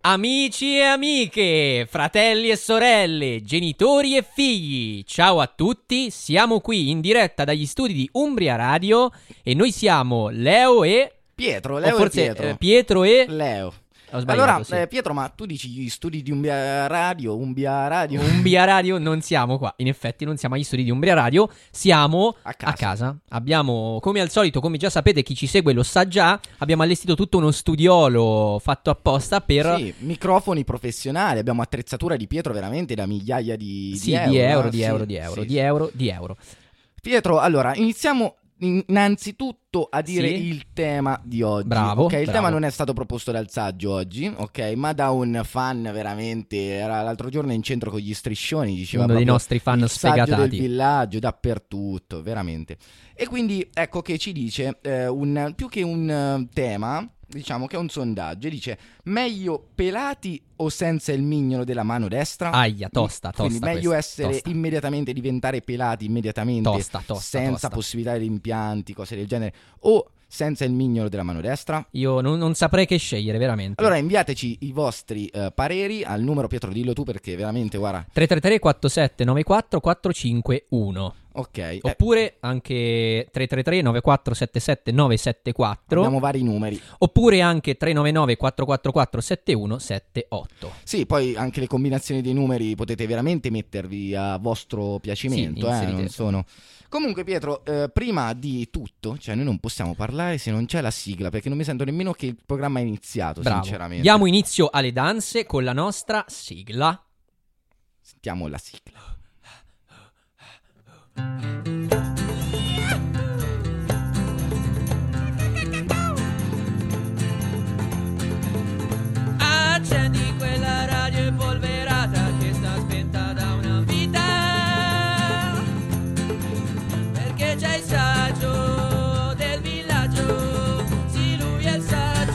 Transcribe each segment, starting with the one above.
Amici e amiche, fratelli e sorelle, genitori e figli, ciao a tutti, siamo qui in diretta dagli studi di Umbria Radio e noi siamo Leo e... Pietro, Pietro e... Leo. Ho sbagliato, Allora, sì. Pietro, ma tu dici gli studi di Umbria Radio? Umbria Radio non siamo qua, in effetti non siamo agli studi di Umbria Radio, siamo A casa. Abbiamo, come al solito, come già sapete, chi ci segue lo sa già, abbiamo allestito tutto uno studiolo fatto apposta per... Sì, microfoni professionali, abbiamo attrezzatura di Pietro veramente da migliaia di euro. Pietro, allora, iniziamo innanzitutto a dire il tema di oggi. Bravo, ok, il bravo. tema non è stato proposto dal saggio oggi, ok, ma da un fan veramente. Era l'altro giorno in centro con gli striscioni, diceva Uno dei proprio nostri fan il saggio sfegatati. del villaggio, dappertutto, veramente. E quindi ecco che ci dice più che un tema, diciamo che è un sondaggio. Dice: meglio pelati o senza il mignolo della mano destra? Aia, tosta. Quindi meglio questa, essere tosta. immediatamente, diventare pelati immediatamente, Tosta, senza tosta. possibilità di impianti, cose del genere, o senza il mignolo della mano destra? Io non saprei che scegliere, veramente. Allora inviateci i vostri pareri al numero, Pietro, dillo tu perché veramente, guarda. 333 47 94 451. Ok, Oppure anche 333 9477 974. abbiamo vari numeri. Oppure anche 399 444 7178. Sì, poi anche le combinazioni dei numeri potete veramente mettervi a vostro piacimento, Sì, inserite. non sono... Comunque, Pietro, prima di tutto, cioè noi non possiamo parlare se non c'è la sigla, perché non mi sento nemmeno che il programma è iniziato, Bravo. sinceramente. Diamo inizio alle danze con la nostra sigla. Sentiamo la sigla. Accendi quella radio polverata che sta spenta da una vita, perché c'è il saggio del villaggio, sì lui è il saggio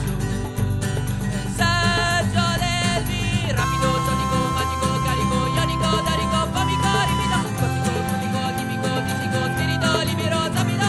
del villaggio, rapido, tonico, magico, carico, ionico, darico, comico, ripido, cotico, comico, tipico, tisico, spirito, libero, sapido,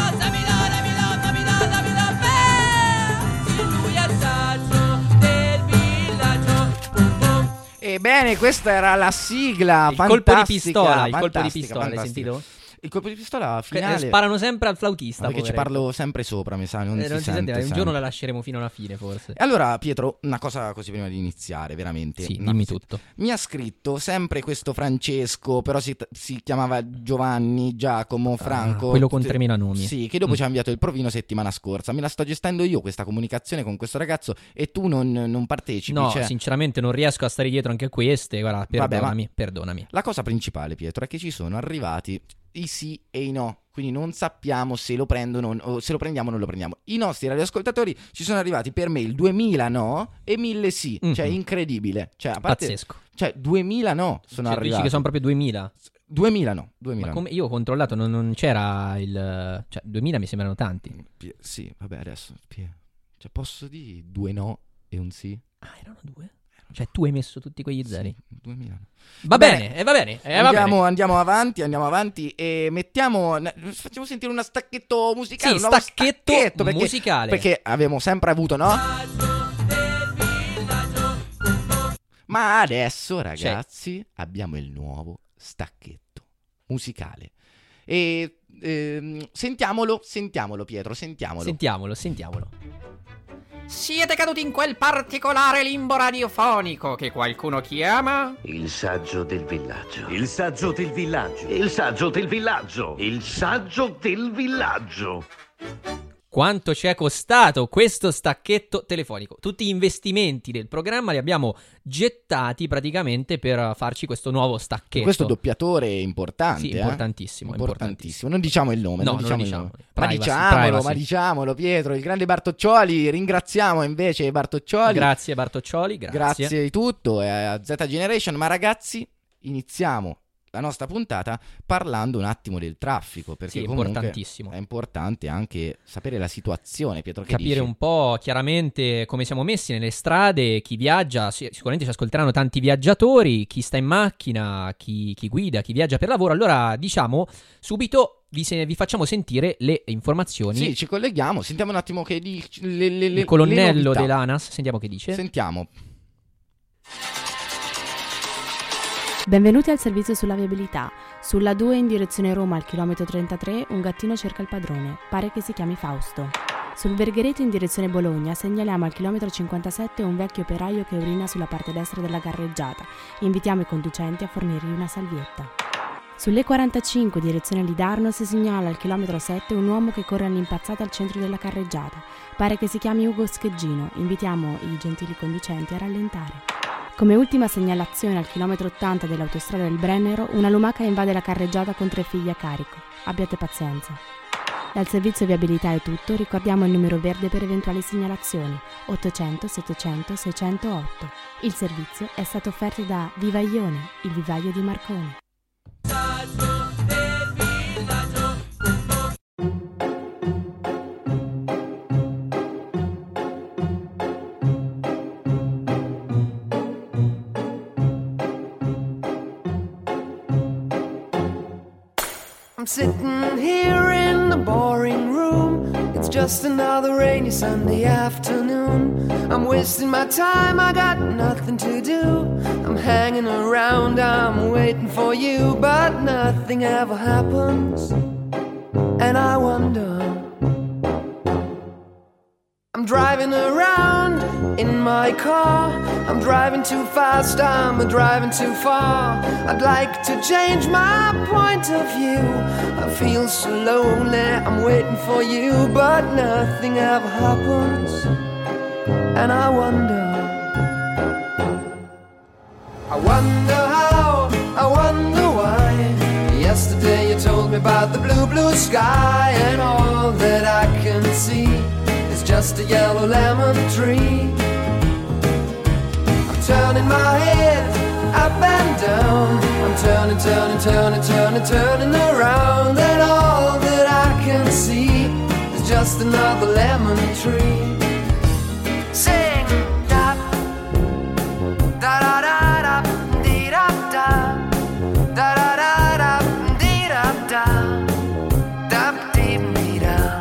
sì lui è il saggio del villaggio. Ebbene, questa era la sigla. Il colpo di pistola, fantastica. l'hai sentito? Il colpo di pistola finale. Sparano sempre al flautista. Ma perché ci poveretto. parlo sempre sopra, mi sa, non si si sente. un sai. giorno la lasceremo fino alla fine, forse. E allora, Pietro, una cosa così prima di iniziare, veramente. Sì, No, dimmi tutto. Mi ha scritto sempre questo Francesco, però si chiamava Giovanni, Giacomo, Franco. quello con 3000 nomi. Sì, che dopo ci ha inviato il provino settimana scorsa. Me la sto gestendo io questa comunicazione con questo ragazzo e tu non partecipi. No, cioè... sinceramente non riesco a stare dietro anche a queste. Guarda, Vabbè, perdonami. La cosa principale, Pietro, è che ci sono arrivati i sì e i no, quindi non sappiamo se lo prendono o se lo prendiamo o non lo prendiamo. I nostri radioascoltatori ci sono arrivati per me il 2000 no e 1000 sì, cioè incredibile. Cioè, a parte, Pazzesco. Cioè 2000 no sono arrivati. Dici che sono proprio 2000? 2000 no, 2000 Ma no. come io ho controllato, non c'era il... Cioè, 2000 mi sembrano tanti. Sì, vabbè, adesso cioè posso dire 2 no e un sì? Ah, erano 2? Cioè, tu hai messo tutti quegli zeri? Sì, 2000 no. Va bene. Andiamo avanti e facciamo sentire uno stacchetto musicale. Sì, un nuovo stacchetto perché, musicale. Perché abbiamo sempre avuto, no? Ma adesso, ragazzi, abbiamo il nuovo stacchetto musicale. E sentiamolo, Pietro, sentiamolo. Sentiamolo. Siete caduti in quel particolare limbo radiofonico che qualcuno chiama... Il saggio del villaggio. Il saggio del villaggio. Il saggio del villaggio. Il saggio del villaggio. Quanto ci è costato questo stacchetto telefonico? Tutti gli investimenti del programma li abbiamo gettati praticamente per farci questo nuovo stacchetto. Questo doppiatore importante. Sì, importantissimo. Non diciamo il nome. No, non diciamo non il nome. Privacy. Ma diciamolo, Pietro, il grande Bartoccioli. Ringraziamo invece Bartoccioli. Grazie Bartoccioli, grazie di tutto a Z Generation. Ma ragazzi, iniziamo la nostra puntata parlando un attimo del traffico, perché sì, comunque importantissimo. è importante anche sapere la situazione, Pietro, che capire dici? un po' chiaramente come siamo messi nelle strade, chi viaggia, sicuramente ci ascolteranno tanti viaggiatori, chi sta in macchina, chi guida, chi viaggia per lavoro. Allora diciamo subito vi facciamo sentire le informazioni. Sì, ci colleghiamo, sentiamo un attimo che dice il colonnello dell'ANAS, sentiamo che dice. Sentiamo. Benvenuti al servizio sulla viabilità. Sulla 2 in direzione Roma al chilometro 33 un gattino cerca il padrone, pare che si chiami Fausto. Sul Verghereto in direzione Bologna segnaliamo al chilometro 57 un vecchio operaio che urina sulla parte destra della carreggiata. Invitiamo i conducenti a fornirgli una salvietta. Sulle 45 direzione Lidarno si segnala al chilometro 7 un uomo che corre all'impazzata al centro della carreggiata. Pare che si chiami Ugo Scheggino. Invitiamo i gentili conducenti a rallentare. Come ultima segnalazione al chilometro 80 dell'autostrada del Brennero, una lumaca invade la carreggiata con 3 figli a carico. Abbiate pazienza. Dal servizio viabilità è tutto, ricordiamo il numero verde per eventuali segnalazioni, 800 700 608. Il servizio è stato offerto da Viva Ione, il vivaio di Marconi. I'm sitting here in the boring room. It's just another rainy Sunday afternoon. I'm wasting my time, I got nothing to do. I'm hanging around, I'm waiting for you, but nothing ever happens. And I wonder, I'm driving around in my car. I'm driving too fast, I'm driving too far. I'd like to change my point of view. I feel so lonely, I'm waiting for you, but nothing ever happens. And I wonder how, I wonder why. Yesterday you told me about the blue, blue sky, and all that I can see is just a yellow lemon tree. I'm turning my head up and down. I'm turning, turning, turning, turning, turning around, and all that I can see is just another lemon tree. Sing da da da da da dee da da da da da da dee da da da dee dee da.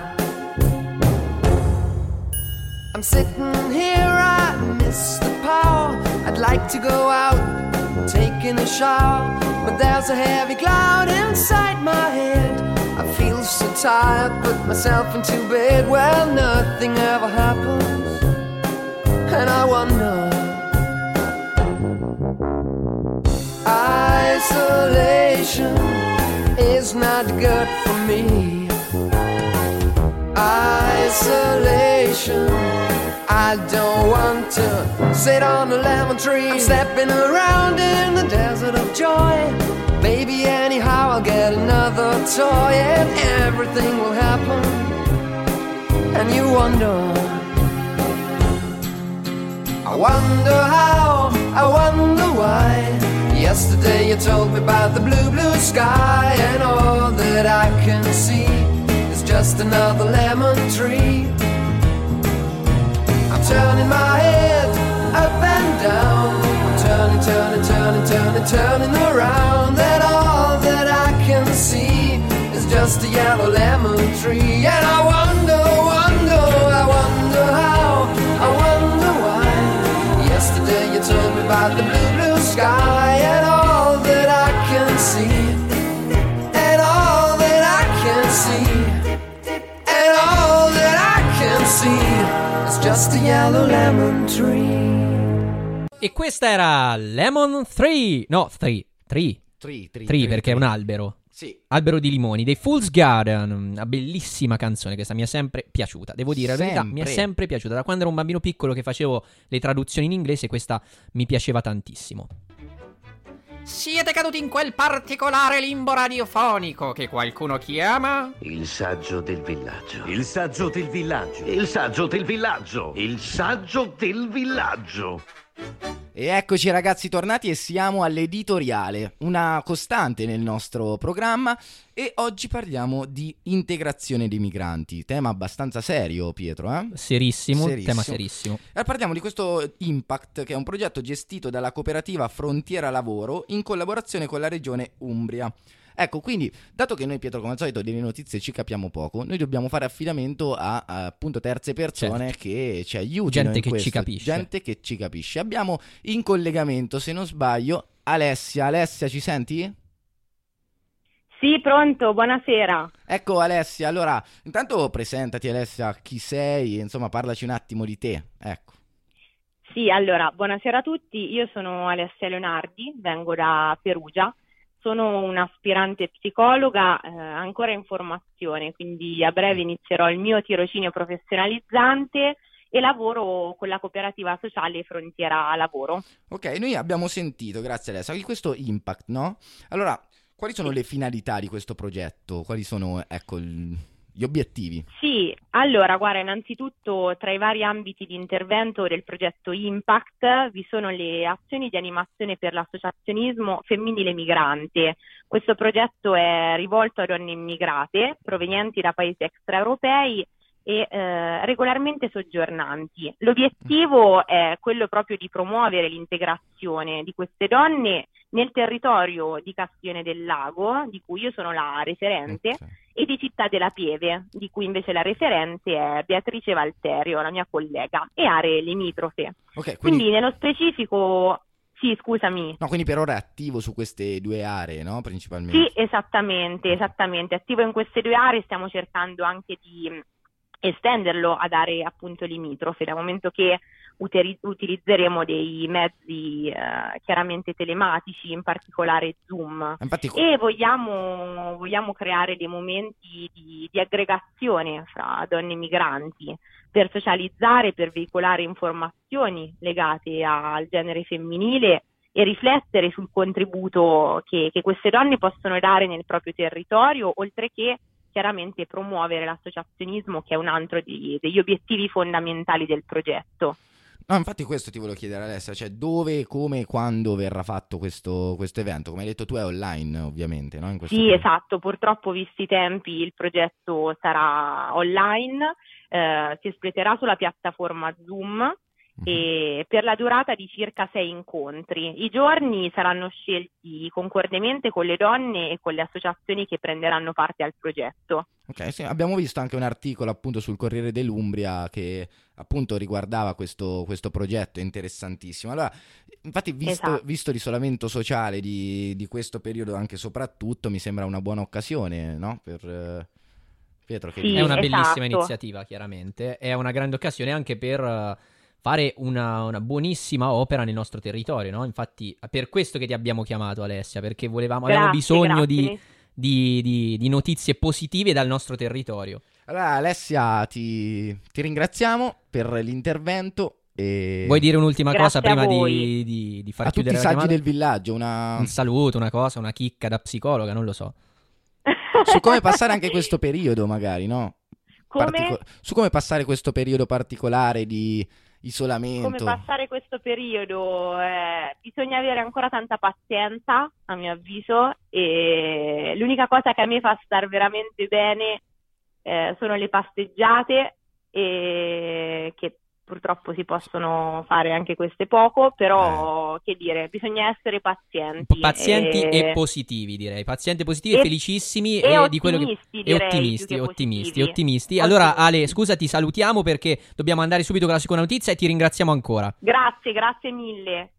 I'm sitting here, I miss the power. I'd like to go out, taking a shower, but there's a heavy cloud inside my head. I feel so tired, put myself into bed. Well, nothing ever happens, and I wonder. Isolation is not good for me. Isolation, I don't want to sit on a lemon tree. I'm stepping around in the desert of joy. Maybe anyhow I'll get another toy, and everything will happen. And you wonder, I wonder how, I wonder why. Yesterday you told me about the blue, blue sky, and all that I can see is just another lemon tree. I'm turning my head up and down. I'm turning, turning, turning, turning, turning around, and all that I can see is just a yellow lemon tree. And I wonder, wonder, I wonder how, I wonder why. Yesterday you told me about the blue, blue sky, and all that I can see, and all that I can see, and all that I can see is just a yellow lemon tree. E questa era Lemon 3. No, 3 perché è un albero. Sì. Albero di limoni dei Fool's Garden. Una bellissima canzone, questa mi è sempre piaciuta. Devo dire la verità, mi è sempre piaciuta. Da quando ero un bambino piccolo che facevo le traduzioni in inglese, questa mi piaceva tantissimo. Siete caduti in quel particolare limbo radiofonico che qualcuno chiama Il saggio del villaggio. Il saggio del villaggio. Il saggio del villaggio. Il saggio del villaggio. E eccoci ragazzi tornati, e siamo all'editoriale, una costante nel nostro programma, e oggi parliamo di integrazione dei migranti, tema abbastanza serio, Pietro, eh? Serissimo, tema serissimo. Parliamo di questo Impact, che è un progetto gestito dalla cooperativa Frontiera Lavoro in collaborazione con la regione Umbria. Ecco, quindi, dato che noi, Pietro, come al solito delle notizie ci capiamo poco, noi dobbiamo fare affidamento a appunto terze persone che ci aiutino Gente in che questo. ci capisce. Gente che ci capisce. Abbiamo in collegamento, se non sbaglio, Alessia. Alessia, ci senti? Sì, pronto, buonasera. Ecco Alessia, allora, intanto presentati Alessia, chi sei, insomma parlaci un attimo di te, ecco. Sì, allora, buonasera a tutti. Io sono Alessia Leonardi, vengo da Perugia. Sono un'aspirante psicologa ancora in formazione, quindi a breve inizierò il mio tirocinio professionalizzante e lavoro con la cooperativa sociale Frontiera Lavoro. Ok, noi abbiamo sentito, grazie Alessia, di questo Impact, no? Allora, quali sono le finalità di questo progetto? Quali sono, ecco, gli obiettivi? Sì, allora, guarda, innanzitutto tra i vari ambiti di intervento del progetto Impact vi sono le azioni di animazione per l'associazionismo femminile migrante. Questo progetto è rivolto a donne immigrate provenienti da paesi extraeuropei e regolarmente soggiornanti. L'obiettivo è quello proprio di promuovere l'integrazione di queste donne nel territorio di Castiglione del Lago, di cui io sono la referente, Ok. e di Città della Pieve, di cui invece la referente è Beatrice Valterio, la mia collega, e aree limitrofe. Ok, Quindi nello specifico, sì, scusami. no, quindi per ora è attivo su queste due aree, no? Principalmente. Sì, esattamente. Attivo in queste due aree, stiamo cercando anche di estenderlo ad aree appunto limitrofe, dal momento che utilizzeremo dei mezzi chiaramente telematici, in particolare Zoom, Infatti, e vogliamo creare dei momenti di aggregazione fra donne migranti per socializzare, per veicolare informazioni legate al genere femminile e riflettere sul contributo che queste donne possono dare nel proprio territorio, oltre che chiaramente promuovere l'associazionismo, che è un altro degli obiettivi fondamentali del progetto. no, infatti questo ti volevo chiedere Alessia, cioè dove, come, quando verrà fatto questo evento? Come hai detto tu è online ovviamente, no? In questo Sì, periodo. esatto, purtroppo visti i tempi il progetto sarà online, si espleterà sulla piattaforma Zoom e per la durata di circa 6 incontri. I giorni saranno scelti concordemente con le donne e con le associazioni che prenderanno parte al progetto. Ok, sì, abbiamo visto anche un articolo appunto sul Corriere dell'Umbria che appunto riguardava questo progetto interessantissimo. Allora, infatti Esatto. visto l'isolamento sociale di questo periodo anche soprattutto, mi sembra una buona occasione, no? Per Pietro che Sì, È una bellissima esatto. iniziativa, chiaramente. È una grande occasione anche per fare una buonissima opera nel nostro territorio, no? Infatti, per questo che ti abbiamo chiamato, Alessia, perché abbiamo Grazie, bisogno grazie. di notizie positive dal nostro territorio. Allora Alessia ti ringraziamo per l'intervento e Vuoi dire un'ultima cosa Grazie a prima voi. di far a tutti i chiudere la saggi chiamata? del villaggio Un saluto, una cosa, una chicca da psicologa, non lo so. su come passare anche questo periodo magari, no? Come? Su come passare questo periodo particolare di Come isolamento. passare questo periodo? Bisogna avere ancora tanta pazienza, a mio avviso, e l'unica cosa che a me fa star veramente bene sono le passeggiate, che purtroppo si possono fare anche queste poco, però che dire, bisogna essere pazienti. Pazienti e positivi, direi. Pazienti positivi e E- felicissimi e di quello che ottimisti, e direi, ottimisti, più che ottimisti, positivi. ottimisti. Allora, Ottimisti. Ale, scusa, ti salutiamo perché dobbiamo andare subito con la seconda notizia e ti ringraziamo ancora. Grazie mille.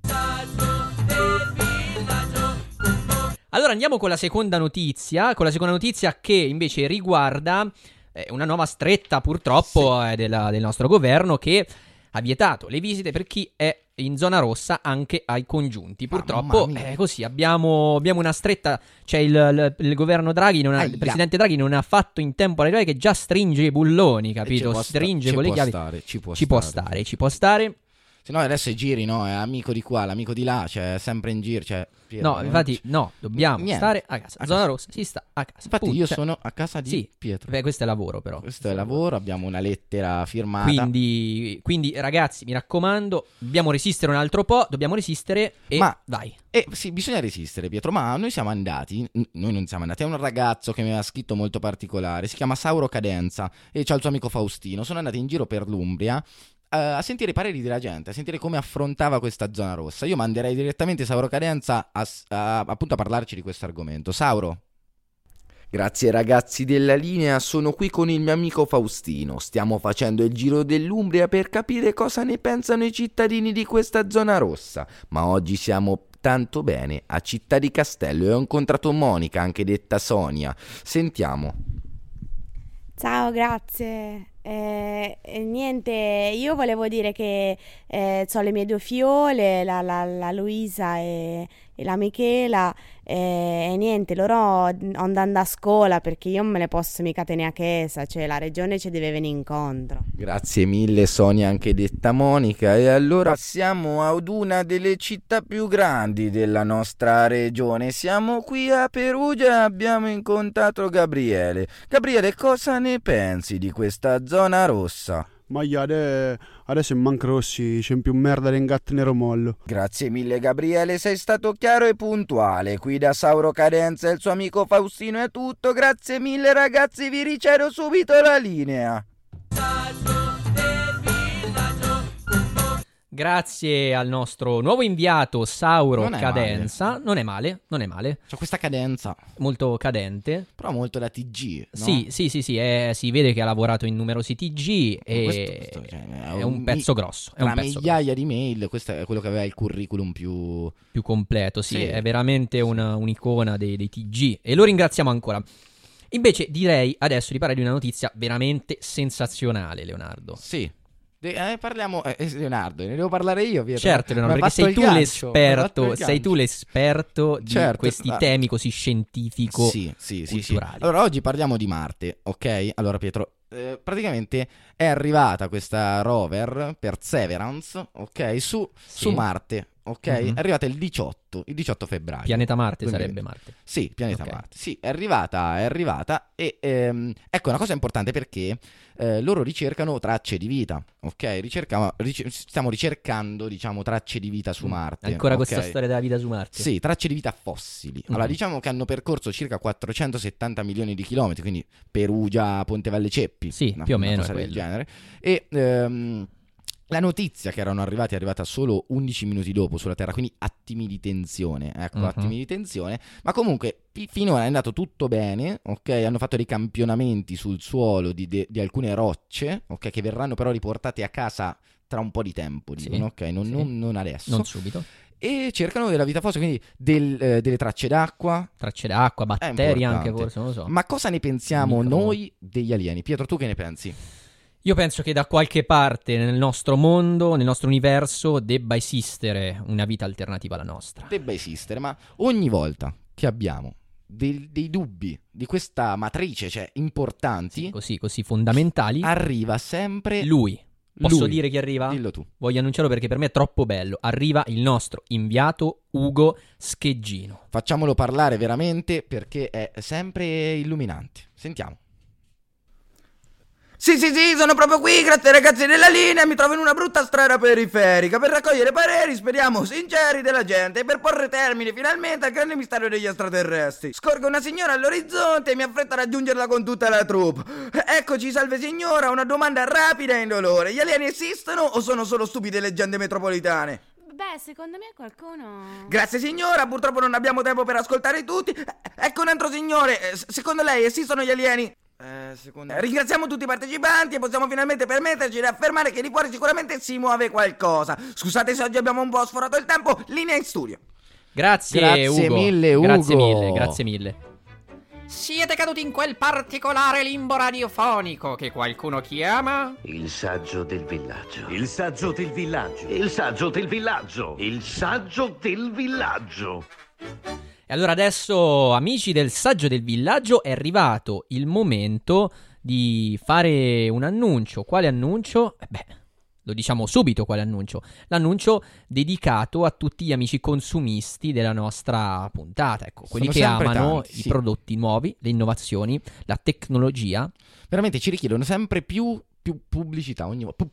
Allora andiamo con la seconda notizia che invece riguarda una nuova stretta purtroppo del nostro governo che ha vietato le visite per chi è in zona rossa anche ai congiunti. Purtroppo Mamma mia. è così, abbiamo una stretta, cioè il governo Draghi, Aia. il presidente Draghi non ha fatto in tempo a arrivare che già stringe i bulloni, E capito? Stringe ci con le può chiavi. stare, ci può Ci può stare. Se no adesso giri, no? È amico di qua, l'amico di là, cioè sempre in giro, cioè Pietro, No, infatti no, dobbiamo Niente. stare a casa. A Zona casa. rossa si sta a casa. Infatti punto. io Cioè, sono a casa di sì. Pietro. Beh, questo è lavoro però. Questo è lavoro, abbiamo una lettera firmata. Quindi ragazzi, mi raccomando, dobbiamo resistere un altro po', dobbiamo resistere e Ma- vai. Sì, bisogna resistere, Pietro, ma noi siamo andati, noi non siamo andati, è un ragazzo che mi aveva scritto molto particolare, si chiama Sauro Cadenza e c'ha il suo amico Faustino, sono andati in giro per l'Umbria a sentire i pareri della gente, a sentire come affrontava questa zona rossa. Io manderei direttamente Sauro Cadenza appunto a parlarci di questo argomento. Sauro. Grazie ragazzi della linea, sono qui con il mio amico Faustino. Stiamo facendo il giro dell'Umbria per capire cosa ne pensano i cittadini di questa zona rossa. Ma oggi siamo tanto bene a Città di Castello e ho incontrato Monica, anche detta Sonia. Sentiamo. Ciao, grazie. Niente, io volevo dire che ho le mie due fiole, la Luisa e la Michela, e niente, loro andando a scuola perché io non me le posso mica tenere a casa, cioè la regione ci deve venire incontro. Grazie mille Sonia, anche detta Monica. E allora passiamo ad una delle città più grandi della nostra regione. Siamo qui a Perugia e abbiamo incontrato Gabriele. Gabriele, cosa ne pensi di questa zona rossa? Ma adesso in manca rossi c'è più merda del gatto nero mollo. Grazie mille Gabriele, sei stato chiaro e puntuale. Qui da Sauro Cadenza e il suo amico Faustino è tutto. Grazie mille ragazzi, vi ricevo subito la linea. Grazie al nostro nuovo inviato Sauro Non è Cadenza. male. Non è male, non è male. C'ho questa cadenza, Molto cadente. però molto da TG, no? Sì, si vede che ha lavorato in numerosi TG e Questo, cioè, è un pezzo grosso. È Tra un pezzo migliaia di mail, questo è quello che aveva il curriculum più... più completo, sì, Sì. è veramente un'icona dei TG e lo ringraziamo ancora. Invece direi adesso di parlare di una notizia veramente sensazionale, Leonardo. Sì. Parliamo Leonardo, ne devo parlare io, Pietro. Certo, Leonardo, Mi ha perché fatto il gancio, mi ha fatto il sei tu gancio. l'esperto di Certo, questi temi così scientifico Sì. culturali. Allora, oggi parliamo di Marte, ok? Allora, Pietro, praticamente è arrivata questa rover Perseverance, ok? Su Marte, ok? Mhm. È arrivata il 18 febbraio. Pianeta Marte 2020. sarebbe Marte. Sì, pianeta Ok. Marte. Sì, è arrivata e ecco una cosa importante perché loro ricercano tracce di vita, ok? Stiamo ricercando, diciamo, tracce di vita su Marte. Ancora ok? questa storia della vita su Marte. Sì, tracce di vita fossili. Allora, Mhm. diciamo che hanno percorso circa 470 milioni di chilometri, quindi Perugia, Ponte Valle Ceppi. Sì, più o una meno cosa è del quello. genere. E la notizia che erano arrivati è arrivata solo 11 minuti dopo sulla Terra, quindi attimi di tensione, ecco, Mhm. attimi di tensione, ma comunque finora è andato tutto bene, ok? Hanno fatto dei campionamenti sul suolo di alcune rocce, ok? Che verranno però riportate a casa tra un po' di tempo, Sì, dicono, ok? sì. Non adesso. Non subito. E cercano della vita fossile, quindi delle tracce d'acqua. Tracce d'acqua, batteri anche importante. forse, non lo so. Ma cosa ne pensiamo Micro- noi degli alieni? Pietro, tu che ne pensi? Io penso che da qualche parte nel nostro mondo, nel nostro universo, debba esistere una vita alternativa alla nostra. Debba esistere, ma ogni volta che abbiamo dei dubbi di questa matrice, cioè importanti, Così fondamentali. arriva sempre Lui. Posso lui. dire chi arriva? Dillo tu. Voglio annunciarlo perché per me è troppo bello. Arriva il nostro inviato Ugo Scheggino. Facciamolo parlare veramente perché è sempre illuminante. Sentiamo. Sì, sono proprio qui, grazie ai ragazzi della linea. Mi trovo in una brutta strada periferica per raccogliere pareri, speriamo sinceri, della gente e per porre termine finalmente al grande mistero degli extraterrestri. Scorgo una signora all'orizzonte e mi affretto a raggiungerla con tutta la troupe. Eccoci, salve signora, una domanda rapida e indolore. Gli alieni esistono o sono solo stupide leggende metropolitane? Beh, secondo me qualcuno... Grazie signora, purtroppo non abbiamo tempo per ascoltare tutti. Ecco un altro signore, secondo lei esistono gli alieni? Ringraziamo tutti i partecipanti e possiamo finalmente permetterci di affermare che lì fuori sicuramente si muove qualcosa. Scusate se oggi abbiamo un po' sforato il tempo, linea in studio. Grazie Ugo. mille, Ugo. Grazie mille. Siete caduti in quel particolare limbo radiofonico che qualcuno chiama... Il saggio del villaggio. Il saggio del villaggio. Il saggio del villaggio. Il saggio del villaggio. E allora adesso, amici del Saggio del Villaggio, è arrivato il momento di fare un annuncio. Quale annuncio? Lo diciamo subito quale annuncio. L'annuncio dedicato a tutti gli amici consumisti della nostra puntata. Ecco, quelli Sono che sempre amano tanti, i sì. prodotti nuovi, le innovazioni, la tecnologia. Veramente ci richiedono sempre più pubblicità ogni volta.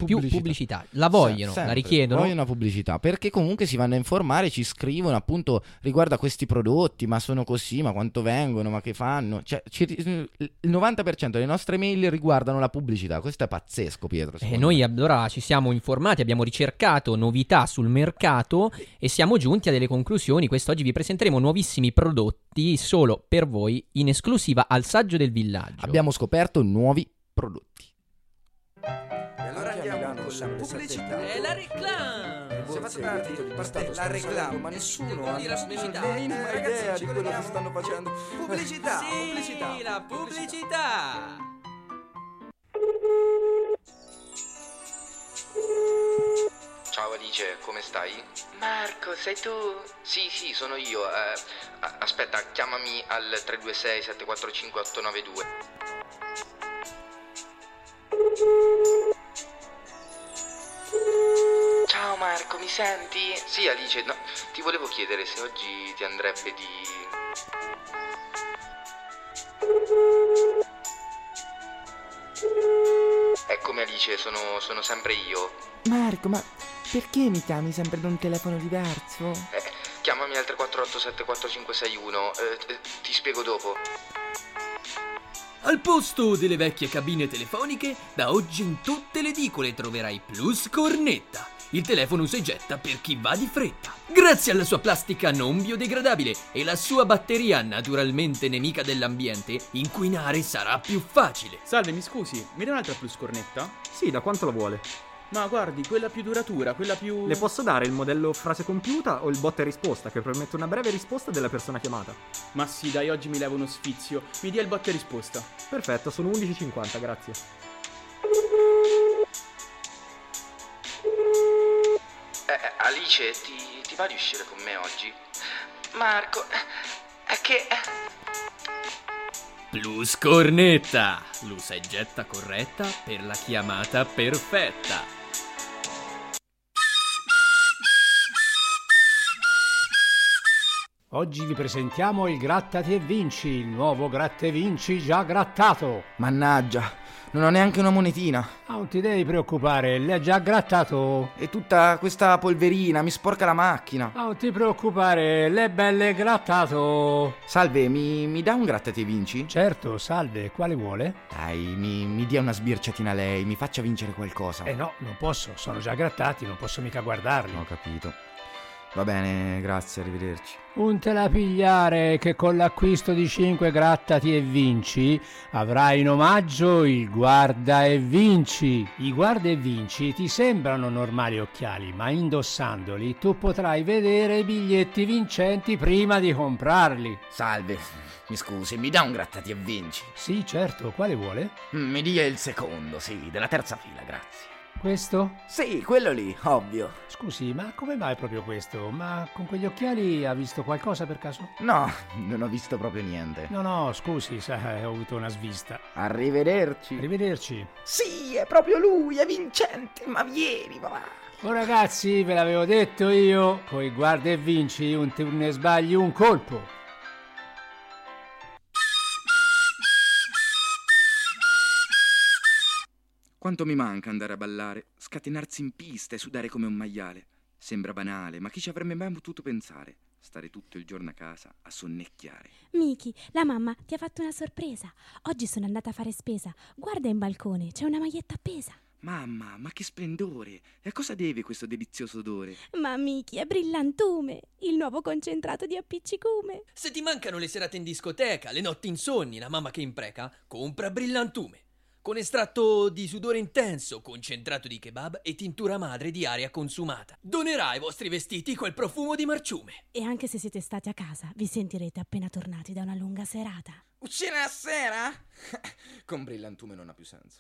più pubblicità. La vogliono, Sempre. la richiedono. Vogliono pubblicità, perché comunque si vanno a informare, ci scrivono appunto riguardo a questi prodotti, ma sono così, ma quanto vengono, ma che fanno. Cioè, il 90% delle nostre mail riguardano la pubblicità. Questo è pazzesco, Pietro. Noi allora ci siamo informati, abbiamo ricercato novità sul mercato e siamo giunti a delle conclusioni. Quest'oggi vi presenteremo nuovissimi prodotti solo per voi, in esclusiva al Saggio del Villaggio. Abbiamo scoperto nuovi prodotti. Allora andiamo con la pubblicità. È la reclame! Si è fatto partito di parte la reclama, ma nessuno ha la pubblicità. minima idea di quello che stanno facendo. Pubblicità, Sì, pubblicità. la pubblicità! Ciao Alice, come stai? Marco, sei tu? Sì, sono io. Aspetta, chiamami al 326 745 892. Ciao Marco, mi senti? Sì Alice, no, ti volevo chiedere se oggi ti andrebbe di... Eccomi Alice, sono sempre io. Marco, ma perché mi chiami sempre da un telefono diverso? Chiamami al 348 74561, ti spiego dopo. Al posto delle vecchie cabine telefoniche, da oggi in tutte le edicole troverai Plus Cornetta, il telefono usa e getta per chi va di fretta. Grazie alla sua plastica non biodegradabile e la sua batteria naturalmente nemica dell'ambiente, inquinare sarà più facile. Salve, mi scusi, mi dà un'altra Plus Cornetta? Sì, da quanto la vuole? Ma guardi, quella più duratura, quella più... Le posso dare il modello frase compiuta o il botta e risposta, che permette una breve risposta della persona chiamata? Ma sì, dai, oggi mi levo uno sfizio. Mi dia il botta e risposta. Perfetto, sono 11,50, grazie. Alice, ti va di uscire con me oggi? Marco, è che... Plus Cornetta, l'usa e getta corretta per la chiamata perfetta. Oggi vi presentiamo il Grattati e Vinci, il nuovo Gratta e Vinci già grattato. Mannaggia, non ho neanche una monetina. Non ti devi preoccupare, l'hai già grattato. E tutta questa polverina mi sporca la macchina. Non ti preoccupare, l'hai belle grattato. Salve, mi dà un grattati e vinci? Certo, salve, quale vuole? Dai, mi dia una sbirciatina lei, mi faccia vincere qualcosa. No, non posso, sono già grattati, non posso mica guardarli. Ho capito. Va bene, grazie, arrivederci. Non te la pigliare che con l'acquisto di 5 grattati e vinci avrai in omaggio il guarda e vinci. I guarda e vinci ti sembrano normali occhiali, ma indossandoli tu potrai vedere i biglietti vincenti prima di comprarli. Salve, mi scusi, mi dà un grattati e vinci? Sì, certo, quale vuole? Mi dia il secondo, sì, della terza fila, grazie. Questo? Sì, quello lì, ovvio. Scusi, ma come mai proprio questo? Ma con quegli occhiali ha visto qualcosa per caso? No, non ho visto proprio niente. No, scusi, ho avuto una svista. Arrivederci. Arrivederci. Sì, è proprio lui, è vincente, ma vieni, va. Oh ragazzi, ve l'avevo detto io, coi guarda e vinci non te ne sbagli un colpo. Quanto mi manca andare a ballare, scatenarsi in pista e sudare come un maiale. Sembra banale, ma chi ci avrebbe mai potuto pensare? Stare tutto il giorno a casa a sonnecchiare. Miki, la mamma ti ha fatto una sorpresa. Oggi sono andata a fare spesa. Guarda in balcone, c'è una maglietta appesa. Mamma, ma che splendore! E a cosa deve questo delizioso odore? Ma Miki, è Brillantume, il nuovo concentrato di appiccicume. Se ti mancano le serate in discoteca, le notti insonni, la mamma che impreca, compra Brillantume. Con estratto di sudore intenso, concentrato di kebab e tintura madre di aria consumata. Donerà ai vostri vestiti quel profumo di marciume. E anche se siete stati a casa, vi sentirete appena tornati da una lunga serata. Uscire la sera? Con Brillantume non ha più senso.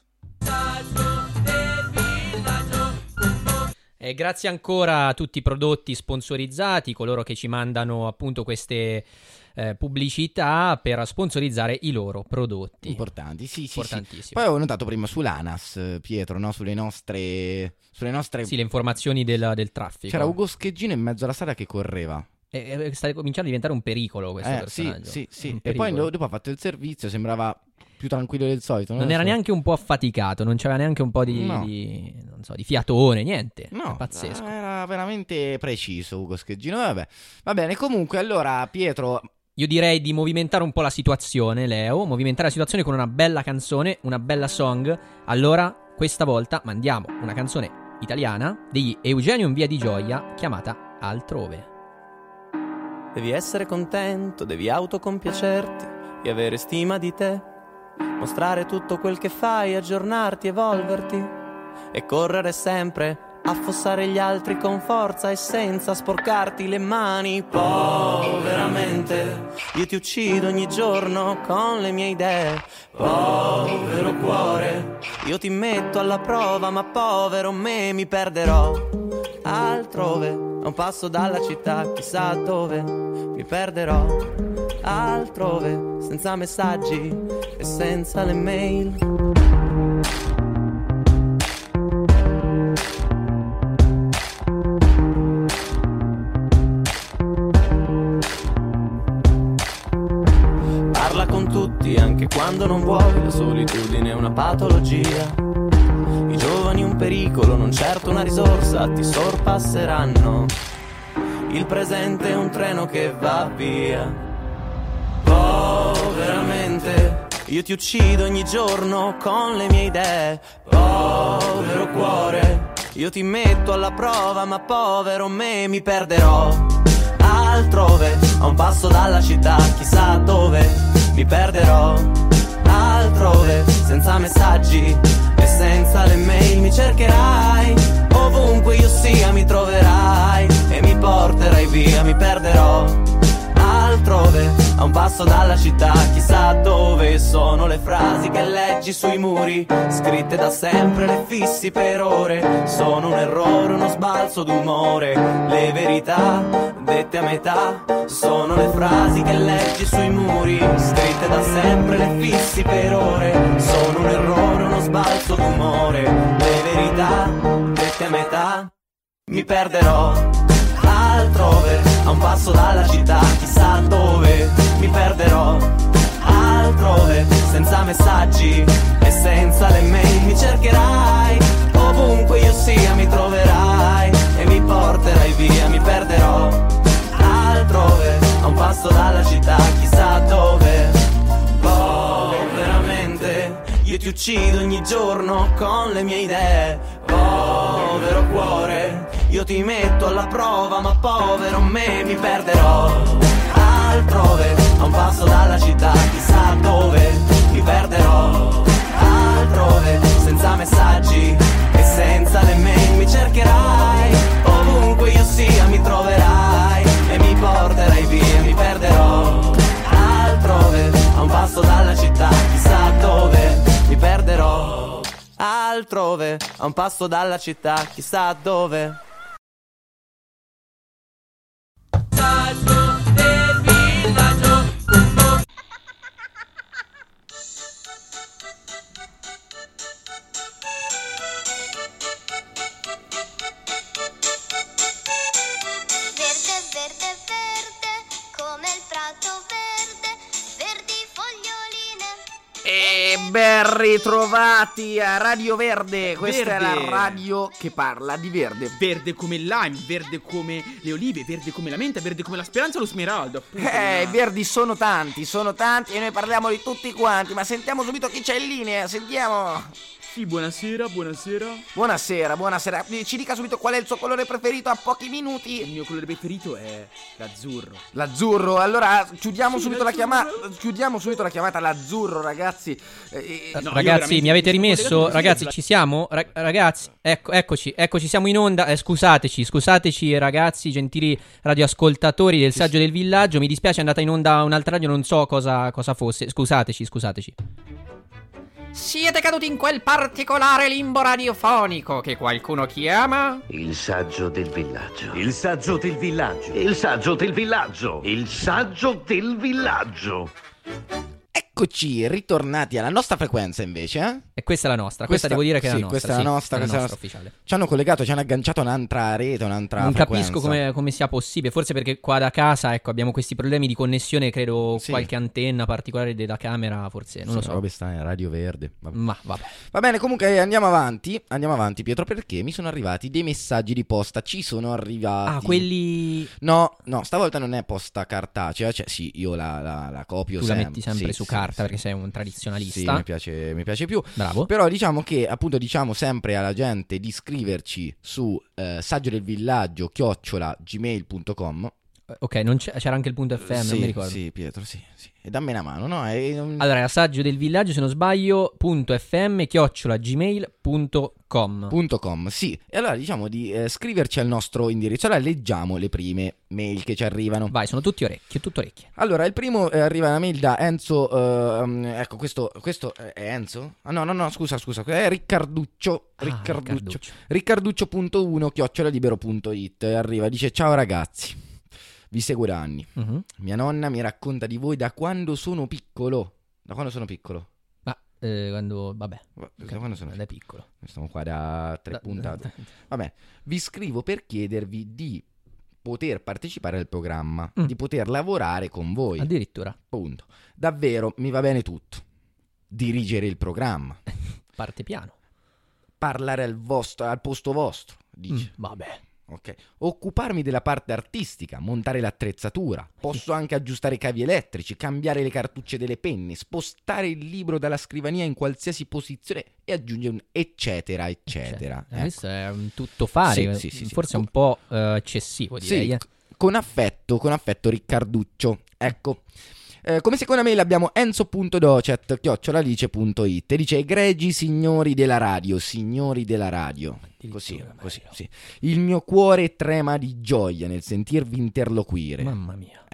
E grazie ancora a tutti i prodotti sponsorizzati, coloro che ci mandano appunto queste pubblicità per sponsorizzare i loro prodotti. Importanti, sì. Importantissimo. Poi avevo notato prima sull'ANAS, Pietro, no? Sulle nostre... Sì, le informazioni del traffico. C'era Ugo Scheggino in mezzo alla strada che correva. Sta cominciando a diventare un pericolo questo personaggio. Sì. E poi dopo ha fatto il servizio, sembrava più tranquillo del solito. Non era neanche un po' affaticato, non c'era neanche un po' di non so, di fiatone, niente. No, pazzesco. Era veramente preciso Ugo Scheggino. Vabbè. Va bene, comunque allora Pietro... Io direi di movimentare un po' la situazione, Leo. Movimentare la situazione con una bella canzone, una bella song. Allora, questa volta mandiamo una canzone italiana degli Eugenio in Via di Gioia chiamata Altrove. Devi essere contento, devi autocompiacerti e avere stima di te, mostrare tutto quel che fai, aggiornarti, evolverti e correre sempre, affossare gli altri con forza e senza sporcarti le mani. Poveramente io ti uccido ogni giorno con le mie idee. Povero cuore, io ti metto alla prova, ma povero me mi perderò altrove, a un passo dalla città, chissà dove mi perderò altrove, senza messaggi e senza le mail. Parla con tutti anche quando non vuoi, la solitudine è una patologia. I giovani un pericolo, non certo una risorsa, ti sorpasseranno. Il presente è un treno che va via. Poveramente io ti uccido ogni giorno con le mie idee. Povero cuore, io ti metto alla prova, ma povero me mi perderò altrove, a un passo dalla città, chissà dove mi perderò altrove, senza messaggi e senza le mail. Mi cercherai ovunque io sia, mi troverai e mi porterai via. Mi perderò altrove, a un passo dalla città, chissà dove. Sono le frasi che leggi sui muri, scritte da sempre, le fissi per ore. Sono un errore, uno sbalzo d'umore, le verità dette a metà. Sono le frasi che leggi sui muri, scritte da sempre, le fissi per ore. Sono un errore, uno sbalzo d'umore, le verità dette a metà. Mi perderò altrove, a un passo dalla città, chissà dove. Mi perderò altrove, senza messaggi e senza le mail. Mi cercherai ovunque io sia, mi troverai e mi porterai via. Mi perderò altrove, a un passo dalla città, chissà dove. Poveramente io ti uccido ogni giorno con le mie idee. Povero cuore, io ti metto alla prova, ma povero me mi perderò altrove, a un passo dalla città, chissà dove. Mi perderò altrove, senza messaggi e senza le mail. Mi cercherai ovunque io sia, mi troverai e mi porterai via. Mi perderò altrove, a un passo dalla città, chissà dove. Mi perderò altrove, a un passo dalla città, chissà dove. E ben ritrovati a Radio Verde. Questa Verde. è la radio che parla di verde. Verde come il lime, verde come le olive, verde come la menta, verde come la speranza e lo smeraldo, appunto. I verdi sono tanti e noi parliamo di tutti quanti. Ma sentiamo subito chi c'è in linea. Sentiamo. Sì, buonasera. Buonasera. Ci dica subito qual è il suo colore preferito a pochi minuti. Il mio colore preferito è l'azzurro. L'azzurro. Allora chiudiamo subito la chiamata. Chiudiamo subito la chiamata all'azzurro, ragazzi. Ragazzi, mi avete rimesso? Ragazzi, ci siamo? Ragazzi, eccoci, siamo in onda. Scusateci, ragazzi, gentili radioascoltatori del Saggio del Villaggio. Mi dispiace, è andata in onda un'altra radio, non so cosa fosse. Scusateci. Siete caduti in quel particolare limbo radiofonico che qualcuno chiama Il saggio del villaggio. Il saggio del villaggio. Il saggio del villaggio. Il saggio del villaggio. eccoci ritornati alla nostra frequenza invece. E questa è la nostra, questa devo dire che è la nostra. Questa è la nostra, questa è la nostra ufficiale. Ci hanno collegato, ci hanno agganciato un'altra rete, un'altra non frequenza. capisco come sia possibile, forse perché qua da casa, ecco, abbiamo questi problemi di connessione, credo qualche antenna particolare della camera, forse, non lo so. Vabbè, sta in Radio Verde. Vabbè. Ma vabbè. Va bene, comunque andiamo avanti Pietro, perché mi sono arrivati dei messaggi di posta, ci sono arrivati. Ah, quelli... No, stavolta non è posta cartacea, cioè sì, io la copio tu sempre. La metti sempre su carta perché sei un tradizionalista. Sì, mi piace più. Bravo. Però diciamo che appunto diciamo sempre alla gente di scriverci su saggiodelvillaggio@gmail.com. Ok, non c'era anche il punto FM, non mi ricordo. Sì, Pietro, sì. E dammi una mano, no? Allora, era Saggio del Villaggio, se non sbaglio, .fm@gmail.com. Sì. E allora diciamo di scriverci al nostro indirizzo. Allora leggiamo le prime mail che ci arrivano. Vai, sono tutti orecchie, tutto orecchie. Allora, il primo arriva una mail da Enzo. Ecco, questo è Enzo? Ah, no, scusa, è Riccarduccio. Riccarduccio.1@libero.it. Arriva, dice: ciao ragazzi. Vi seguo da anni. Mia nonna mi racconta di voi da quando sono piccolo. Da quando sono piccolo? Quando, vabbè. Da quando sono piccolo. Stiamo qua da 3 puntate. Vabbè, vi scrivo per chiedervi di poter partecipare al programma, di poter lavorare con voi. Addirittura. Punto. Davvero, mi va bene tutto. Dirigere il programma. Parte piano. Parlare al posto vostro, dice. Vabbè. Ok. Occuparmi della parte artistica, montare l'attrezzatura, posso anche aggiustare i cavi elettrici, cambiare le cartucce delle penne, spostare il libro dalla scrivania in qualsiasi posizione e aggiungere un eccetera. Ecco. Questo è un tuttofare, sì. Forse è un po' eccessivo, direi. Sì, con affetto Riccarduccio. Ecco. Come seconda mail abbiamo enzo.docet@lice.it e dice: egregi signori della radio. Così, sì. Il mio cuore trema di gioia nel sentirvi interloquire. Mamma mia.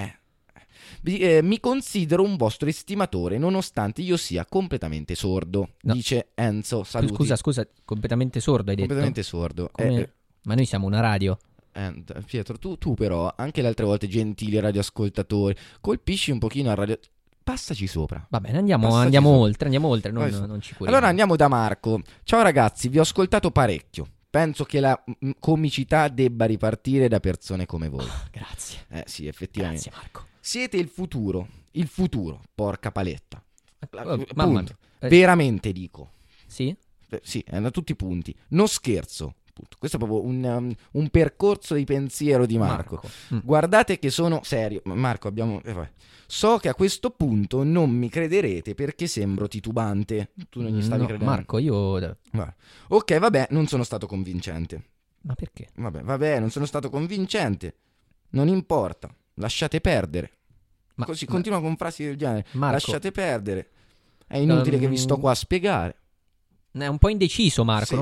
Mi considero un vostro estimatore nonostante io sia completamente sordo. No. Dice Enzo, saluti. Scusa, completamente sordo hai detto? Completamente sordo. Ma noi siamo una radio. Pietro, tu però, anche le altre volte, gentili radioascoltatori, colpisci un pochino al radio... Passaci sopra. Va bene, andiamo oltre, non ci curiamo. Allora andiamo da Marco. Ciao ragazzi, vi ho ascoltato parecchio. Penso che la comicità debba ripartire da persone come voi. Grazie. Sì, effettivamente. Grazie Marco. Siete il futuro, porca paletta. Mamma mia. Veramente dico. Sì? Sì, da tutti i punti. Non scherzo. Questo è proprio un percorso di pensiero di Marco. Guardate che sono serio. Marco, so che a questo punto non mi crederete perché sembro titubante. Tu non gli stavi credendo? Marco, io... Ok, vabbè, non sono stato convincente. Ma perché? Vabbè, non sono stato convincente. Non importa, lasciate perdere. Continua con frasi del genere. Marco, lasciate perdere. È inutile che vi sto qua a spiegare. È un po' indeciso Marco. Sì.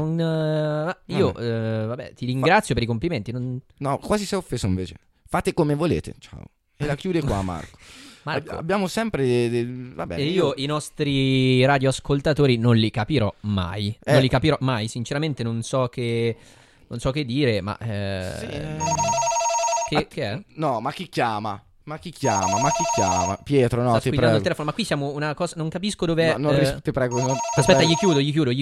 Vabbè, ti ringrazio per i complimenti. No, quasi si è offeso invece. Fate come volete. Ciao. E la chiude qua Marco. Abbiamo sempre vabbè, io i nostri radioascoltatori non li capirò mai. Non li capirò mai. Sinceramente non so che dire. Ma che è? No, ma chi chiama? Pietro, no, ti prego. Il telefono, ma qui siamo una cosa, non capisco dov'è. Ti prego. Aspetta, gli chiudo.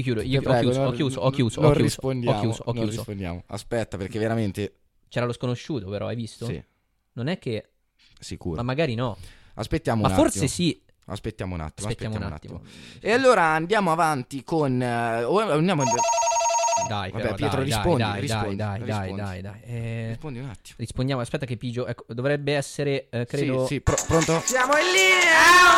Ho chiuso. Non rispondiamo. Aspetta, perché veramente c'era lo sconosciuto, però, hai visto? Sì. Non è che sicuro. Ma magari no. Aspettiamo un attimo. Ma forse sì. Aspettiamo un attimo. E allora andiamo avanti con Dai, vabbè, però, Pietro, rispondi. Dai. Rispondi un attimo. Rispondiamo, aspetta che pigio. Ecco, dovrebbe essere, credo. Sì, pronto? Siamo in linea!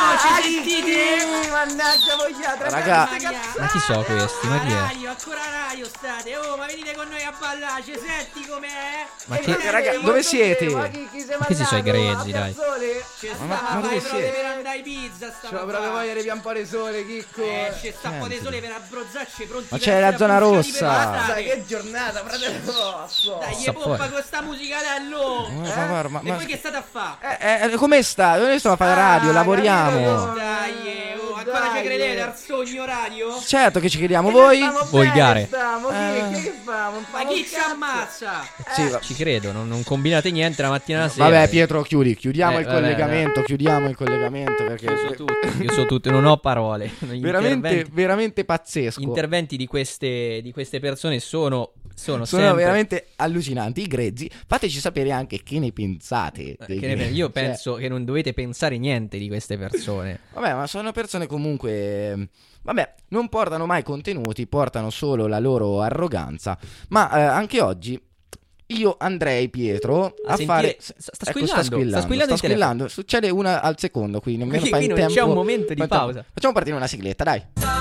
Mannaggia vogliate, raga. Ma chi so questi? Ma chi è? Ancora radio state. Ma venite con noi a ballare, ci senti com'è? Ma che raga, dove siete? Ma questi sono i grezzi, dai. Ma dove siete? Per andare in pizza c'ho proprio voglia di piampare sole, Chicco. Ci sta un po' di sole per abbronzarci, pronti. Ma c'è la zona rossa. Che giornata, fratello rosso. Dai, pompa con sta musicarello. E voi che state a fare? Come sta? Noi stiamo a fare radio, lavoriamo. Dai, ancora ci credete al sogno radio? Certo che ci crediamo, voi? Volgare. Che famo? Ma chi ci ammazza? Sì, Ci credo, non combinate niente la mattina alla sera. vabbè, Pietro, chiudiamo il vabbè, collegamento, chiudiamo il collegamento perché Chiuso tutto, non ho parole. veramente pazzesco. Gli interventi di queste persone sono sempre veramente allucinanti, i grezzi. Fateci sapere anche che ne pensate dei grezzi. Io penso che non dovete pensare niente di queste persone. Vabbè, ma sono persone comunque, vabbè, non portano mai contenuti, portano solo la loro arroganza. Ma anche oggi io andrei, Pietro, a fare. Sta squillando. Succede una al secondo, qui nemmeno Qui fa in non tempo. c'è un momento di pausa. Facciamo partire una sigletta, dai.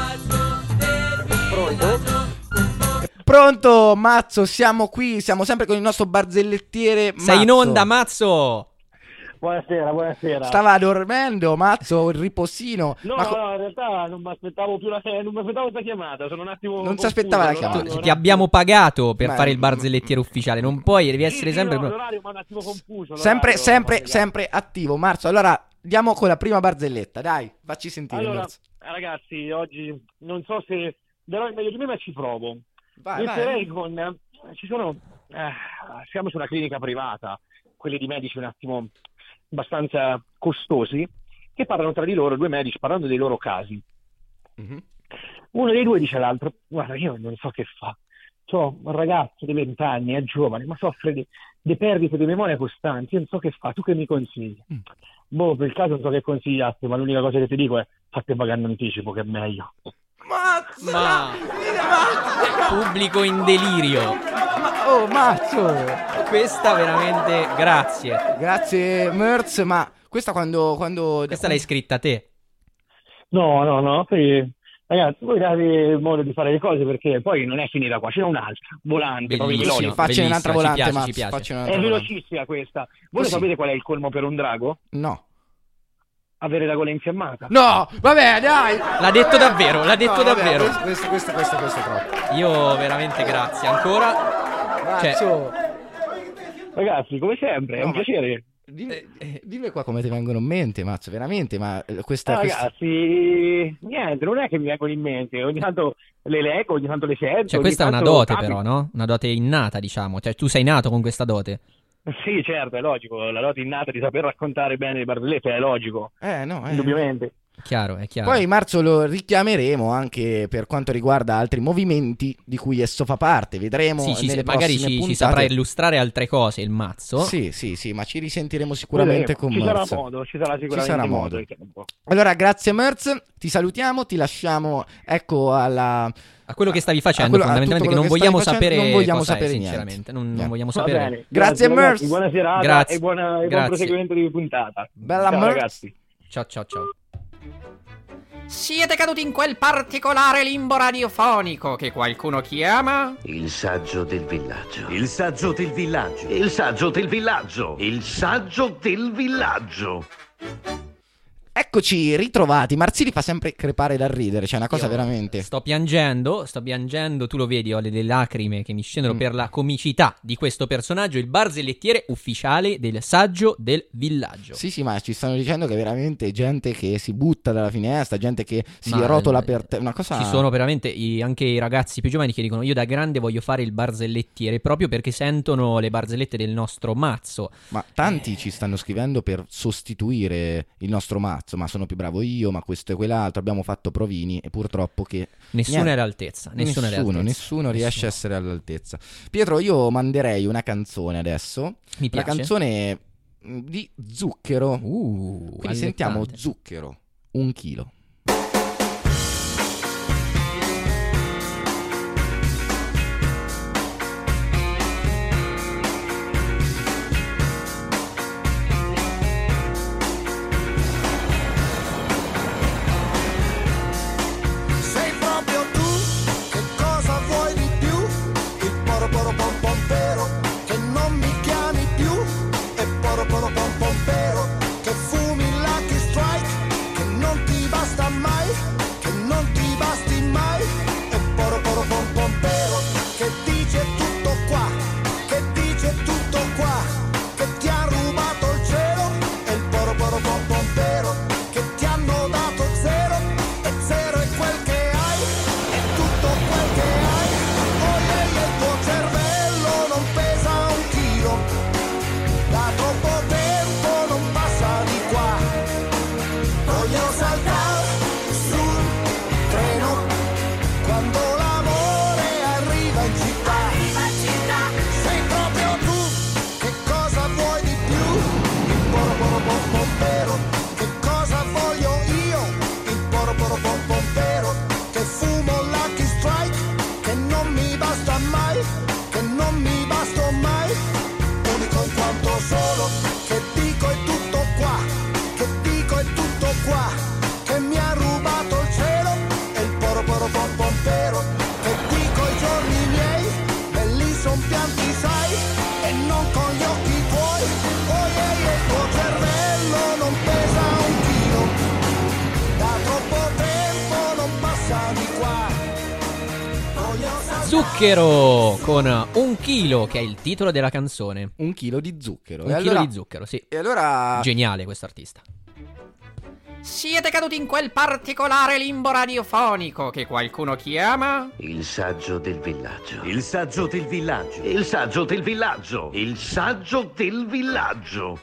Pronto, Mazzo, siamo qui, siamo sempre con il nostro barzellettiere Mazzo. Sei in onda, Mazzo. Buonasera. Stava dormendo, Mazzo, il riposino. No, in realtà non mi aspettavo più questa chiamata, sono un attimo Non si aspettava la chiamata. Ti abbiamo pagato per fare il barzellettiere ufficiale, non puoi, devi essere sempre l'orario mi ha un attimo confuso. Sempre attivo, Marzo. Allora, andiamo con la prima barzelletta, dai, facci sentire. Allora, Marzo. ragazzi, oggi non so se darò il meglio di me, ma ci provo. Vai. Siamo su una clinica privata, quelli di medici un attimo abbastanza costosi, che parlano tra di loro, due medici parlando dei loro casi. Mm-hmm. Uno dei due dice all'altro: guarda, io non so che fa, c'ho un ragazzo di 20 anni, è giovane, ma soffre di perdite di memoria costanti, io non so che fa, tu che mi consigli? Per il caso non so che consigliassi, ma l'unica cosa che ti dico è fate pagare in anticipo, che è meglio. Ma pubblico in delirio. Mazzo, questa veramente grazie Merz, ma questa quando questa l'hai scritta te? No, ragazzi, voi date modo di fare le cose, perché poi non è finita qua, c'è un'altra volante, bellissima, facci un'altra volante, Mazzo, ci piace. È velocissima questa. Voi sapete qual è il colmo per un drago? No. Avere la gola infiammata. No, vabbè, dai. L'ha detto davvero. Questo è troppo. Io veramente grazie ancora. Ragazzi, come sempre, è un piacere. Dimmi qua come ti vengono in mente, Mazzo, veramente, ma ragazzi, niente, non è che mi vengono in mente, ogni tanto le leggo, ogni tanto le sento. Cioè, questa è una dote però, no? Una dote innata, diciamo, cioè tu sei nato con questa dote. Sì, certo, è logico, la dote innata di saper raccontare bene le barzellette è logico. Indubbiamente. È chiaro. Poi Marzo lo richiameremo anche per quanto riguarda altri movimenti di cui esso fa parte. Vedremo nelle magari prossime puntate. Ci saprà illustrare altre cose il Mazzo. Sì, ma ci risentiremo sicuramente con Merz. Ci sarà sicuramente modo. Allora, grazie Merz, ti salutiamo, ti lasciamo a quello che stavi facendo, fondamentalmente, che non vogliamo sapere niente. Sinceramente, non vogliamo sapere. Bene. Grazie Merz. Buona serata e buon proseguimento di puntata. Bella ciao, Merz. Ragazzi. Ciao. Siete caduti in quel particolare limbo radiofonico che qualcuno chiama il saggio del villaggio. Il saggio del villaggio. Il saggio del villaggio. Il saggio del villaggio. Eccoci ritrovati. Marzili fa sempre crepare dal ridere, cioè una cosa veramente. Sto piangendo, tu lo vedi, ho delle lacrime che mi scendono per la comicità di questo personaggio, il barzellettiere ufficiale del saggio del villaggio. Sì, ma ci stanno dicendo che veramente gente che si butta dalla finestra, gente che si rotola per una cosa. Ci sono veramente anche i ragazzi più giovani che dicono: io da grande voglio fare il barzellettiere, proprio perché sentono le barzellette del nostro Mazzo. Ma tanti ci stanno scrivendo per sostituire il nostro Mazzo. Ma sono più bravo io, ma questo e quell'altro. Abbiamo fatto provini e purtroppo che nessuno è all'altezza. Nessuno riesce a essere all'altezza. Pietro, io manderei una canzone adesso. Mi piace. Una canzone di Zucchero. Quindi sentiamo Zucchero, 1 chilo. Che fumi Lucky Strike, che non ti basta non mi basto mai, unico in quanto solo, che dico è tutto qua, che dico è tutto qua, che mi ha rubato il cielo e il poro poro pom pompero, che dico i giorni miei, belli son pianti sai, e non con gli occhi tuoi, oh yeah, yeah, il tuo cervello non pesa un chilo, da troppo tempo non passa di qua. Zucchero con Un chilo, che è il titolo della canzone. Un chilo di zucchero. Un chilo di zucchero, sì. E allora... Geniale questo artista. Siete caduti in quel particolare limbo radiofonico che qualcuno chiama... Il saggio del villaggio. Il saggio del villaggio. Il saggio del villaggio. Il saggio del villaggio.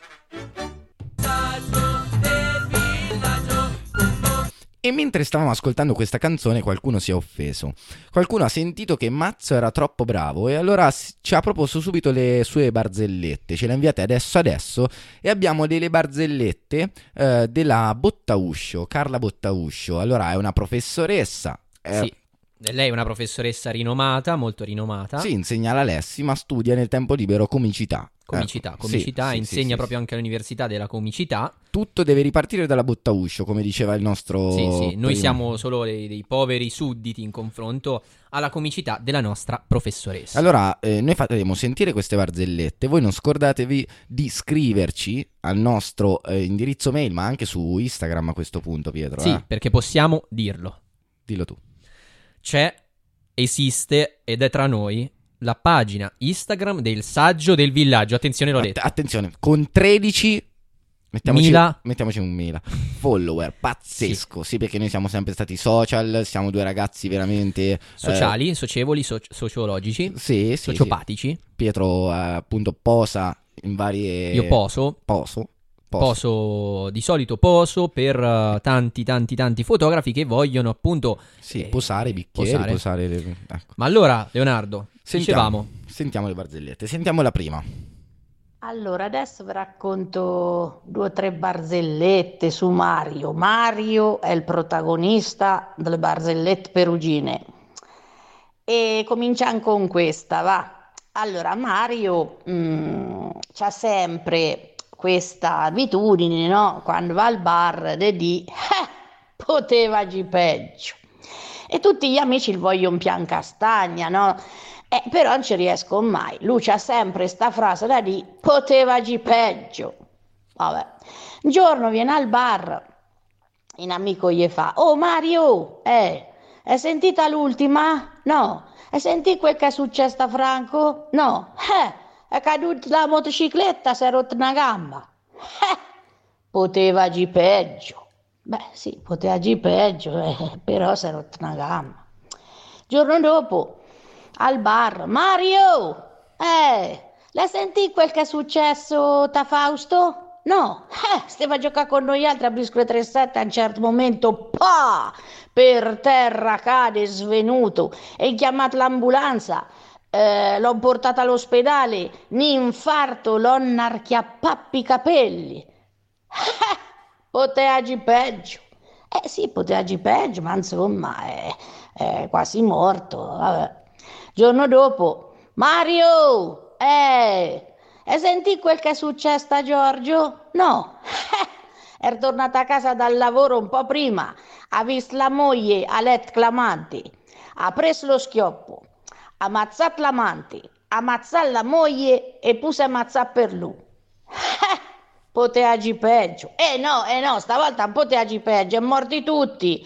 E mentre stavamo ascoltando questa canzone qualcuno si è offeso. Qualcuno ha sentito che Mazzo era troppo bravo e allora ci ha proposto subito le sue barzellette. Ce le ha inviate adesso e abbiamo delle barzellette della Bottauscio, Carla Bottauscio. Allora è una professoressa. Sì. Lei è una professoressa rinomata, molto rinomata. Sì, insegna alla Lessi, ma studia nel tempo libero comicità. Comicità, Sì, insegna proprio anche all'università della comicità. Tutto deve ripartire dalla Bottauscio, come diceva il nostro... Sì, noi siamo solo dei poveri sudditi in confronto alla comicità della nostra professoressa. Allora, noi faremo sentire queste barzellette. Voi non scordatevi di scriverci al nostro indirizzo mail, ma anche su Instagram a questo punto, Pietro. Sì, perché possiamo dirlo. Dillo tu. Esiste ed è tra noi la pagina Instagram del Saggio del Villaggio. Attenzione, l'ho detto. Attenzione, con 13... Mettiamoci un 1000 follower, pazzesco. Sì, perché noi siamo sempre stati social, siamo due ragazzi veramente... Sociali, socievoli, sociologici, sì, sociopatici. Sì. Pietro appunto posa in varie... Io poso di solito poso per tanti fotografi che vogliono appunto posare i bicchieri, posare le... Ecco. Ma allora, Leonardo, sentiamo le barzellette. Sentiamo la prima. Allora, adesso vi racconto 2 o 3 barzellette su Mario. Mario è il protagonista delle barzellette perugine. E cominciamo con questa, va. Allora, Mario c'ha sempre questa abitudine, no? Quando va al bar, poteva gi peggio. E tutti gli amici il vogliono pian castagna, no? Però non ci riesco mai. Lui c'ha sempre sta frase da dire, poteva gi peggio. Vabbè. Un giorno viene al bar, un amico gli fa, oh Mario, hai sentita l'ultima? No. Hai sentito quel che è successo a Franco? No. È caduta la motocicletta, si è rotta una gamba. Poteva gi peggio. Beh sì, poteva gi peggio, però si è rotta una gamba. Giorno dopo, al bar, Mario, l'hai sentito quel che è successo a Fausto? No, stava a giocare con noi altri a Briscoe 37, a un certo momento, per terra cade svenuto e chiamato l'ambulanza. L'ho portato all'ospedale, infarto, l'ho archiappappi i capelli. Poteva gi peggio. Sì, poteva gi peggio, ma insomma è quasi morto. Vabbè. Giorno dopo, Mario, hai sentito quel che è successo a Giorgio? No. È tornata a casa dal lavoro un po' prima, ha visto la moglie a letto clamante, ha preso lo schioppo, ha ammazzato l'amante, ha ammazzato la moglie e poi si è ammazzato per lui. Poteva gi peggio. No, stavolta non poteva gi peggio, è morti tutti.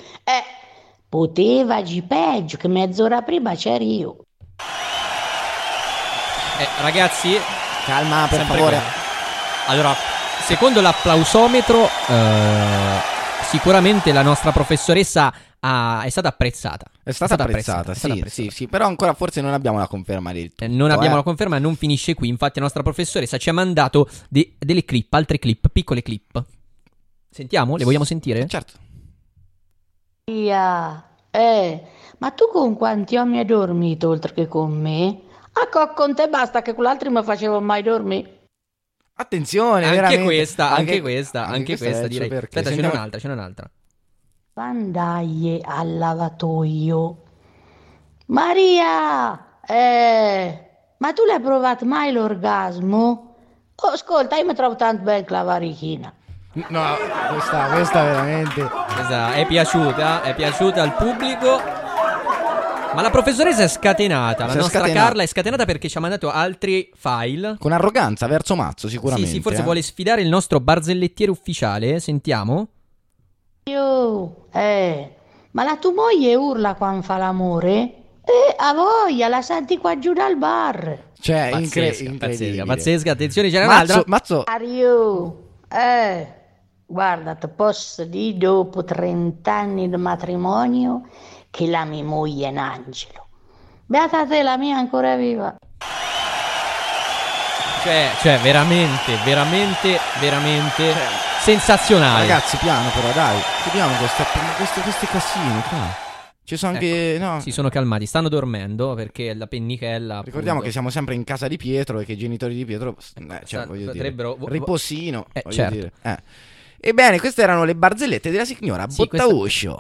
Poteva gi peggio, che mezz'ora prima c'eri io. Ragazzi, calma per favore. Allora, secondo l'applausometro, sicuramente la nostra professoressa è stata apprezzata. È stata apprezzata, sì, però ancora forse non abbiamo la conferma del tutto. Non abbiamo la conferma, non finisce qui. Infatti la nostra professoressa ci ha mandato delle clip, altre clip, piccole clip. Sentiamo? Le vogliamo sentire? Certo. Ma tu con quanti uomini hai dormito oltre che con me? Con te basta, che con l'altro mi facevo mai dormire. Attenzione, anche questa direi. Perché? Aspetta, c'è un'altra. Andai al lavatoio. Maria, ma tu l'hai provato mai l'orgasmo? Oh, ascolta, io mi trovo tanto bella la varichina. No, questa veramente... Questa è piaciuta al pubblico. Ma la professoressa è scatenata, la nostra Carla è scatenata perché ci ha mandato altri file. Con arroganza verso Mazzo, sicuramente. Sì, forse vuole sfidare il nostro barzellettiere ufficiale, sentiamo. Ma la tua moglie urla quando fa l'amore? A voglia, la senti qua giù dal bar. Cioè, incredibile. Pazzesca, attenzione, c'era un'altra. Mazzo. Guarda, ti posso dire dopo 30 anni di matrimonio che la mia moglie è un angelo. Beata te, la mia è ancora viva. Cioè, veramente sensazionale. Ragazzi, piano però, dai. Chiudiamo questi casini qua. Ci sono anche... No. Si sono calmati, stanno dormendo perché la pennichella... Ricordiamo che siamo sempre in casa di Pietro e che i genitori di Pietro... potrebbero... riposino. Certo. Dire. Ebbene, queste erano le barzellette della signora Bottauscio.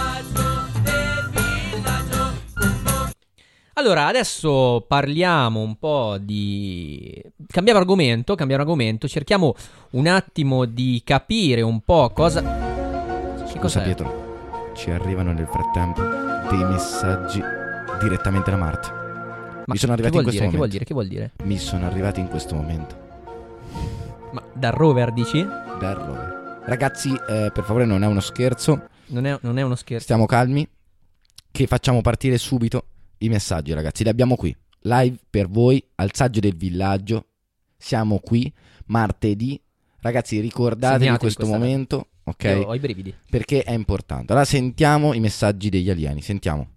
Allora, adesso parliamo un po' di... Cambiamo argomento, cerchiamo un attimo di capire un po' cosa... Che cos'è? Pietro, ci arrivano nel frattempo dei messaggi direttamente da Marte. Mi sono arrivati in questo momento. Che vuol dire? Mi sono arrivati in questo momento. Ma dal rover, dici? Dal rover. Ragazzi, per favore, non è uno scherzo. Non è uno scherzo. Stiamo calmi, che facciamo partire subito i messaggi, ragazzi. Li abbiamo qui, live per voi, al Saggio del Villaggio. Siamo qui, martedì. Ragazzi, ricordatevi questo momento, ok? Io ho i brividi. Perché è importante. Allora sentiamo i messaggi degli alieni, sentiamo.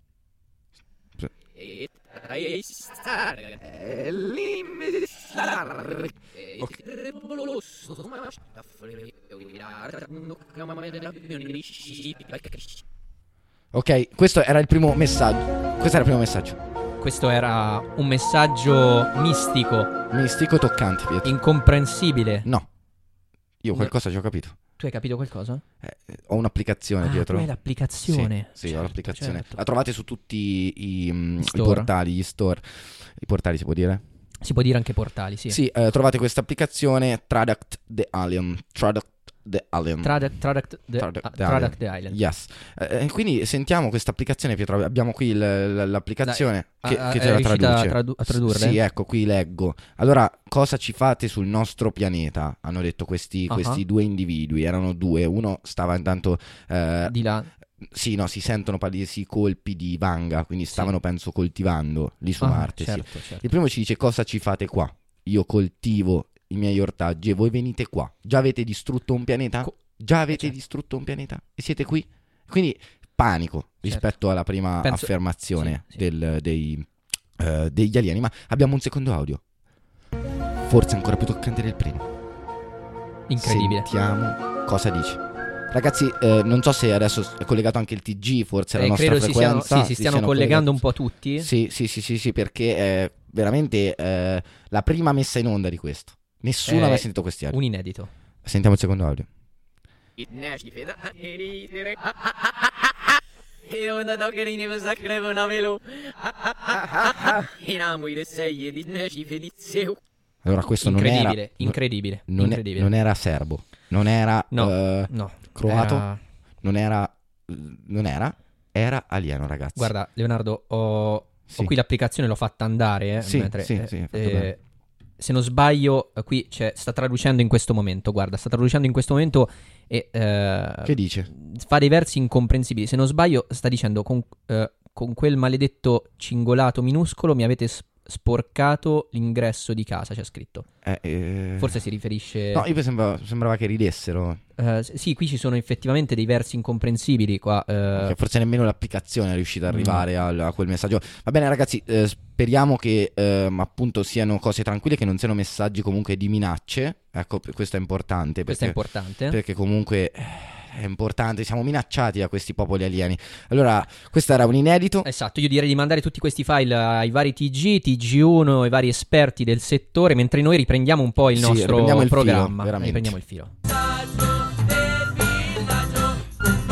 Ok, questo era il primo messaggio. Questo era un messaggio mistico. Mistico e toccante, Pietro. Incomprensibile. No. Io qualcosa ci ho capito. Tu hai capito qualcosa? Ho un'applicazione, Pietro. Tu hai l'applicazione. Sì, ho l'applicazione. Certo. La trovate su tutti i portali, gli store. I portali si può dire? Si può dire anche portali, sì. Sì, trovate questa applicazione Traduct the Alien. Traduct the Island. Yes. Quindi sentiamo questa applicazione, Pietro. Abbiamo qui l'applicazione che te la traduce. A tradurre? Sì, ecco, qui leggo. Allora, cosa ci fate sul nostro pianeta? Hanno detto questi due individui. Erano due. Uno stava intanto di là. Sì, no, si sentono palesi colpi di vanga, quindi stavano, penso, coltivando lì su Marte. Certo. Il primo ci dice: cosa ci fate qua? Io coltivo i miei ortaggi e voi venite qua. Già avete distrutto un pianeta? Distrutto un pianeta? E siete qui? Quindi panico rispetto alla prima affermazione degli alieni. Ma abbiamo un secondo audio, forse ancora più toccante del primo. Incredibile. Sentiamo cosa dice. Ragazzi, non so se adesso è collegato anche il TG, forse la nostra frequenza. Si stiano collegando un po' tutti. Sì, perché è veramente la prima messa in onda di questo. Nessuno aveva sentito questi audio. Un inedito. Sentiamo il secondo audio. Allora, questo non era incredibile. Non era serbo, non era croato, non era alieno, ragazzi. Guarda, Leonardo, ho qui l'applicazione, l'ho fatta andare. Se non sbaglio, qui sta traducendo in questo momento. Guarda, sta traducendo in questo momento e che dice? Fa dei versi incomprensibili. Se non sbaglio, sta dicendo con quel maledetto cingolato minuscolo mi avete sporcato l'ingresso di casa, c'è scritto. Forse si riferisce... No, io sembrava che ridessero. Sì, qui ci sono effettivamente dei versi incomprensibili qua. Forse nemmeno l'applicazione è riuscita ad arrivare a quel messaggio. Va bene, ragazzi, speriamo che appunto siano cose tranquille, che non siano messaggi comunque di minacce. Ecco, questo è importante. Perché comunque... è importante, siamo minacciati da questi popoli alieni. Allora, questo era un inedito. Esatto, io direi di mandare tutti questi file ai vari TG1, ai vari esperti del settore, mentre noi riprendiamo un po' il nostro programma. Riprendiamo il filo.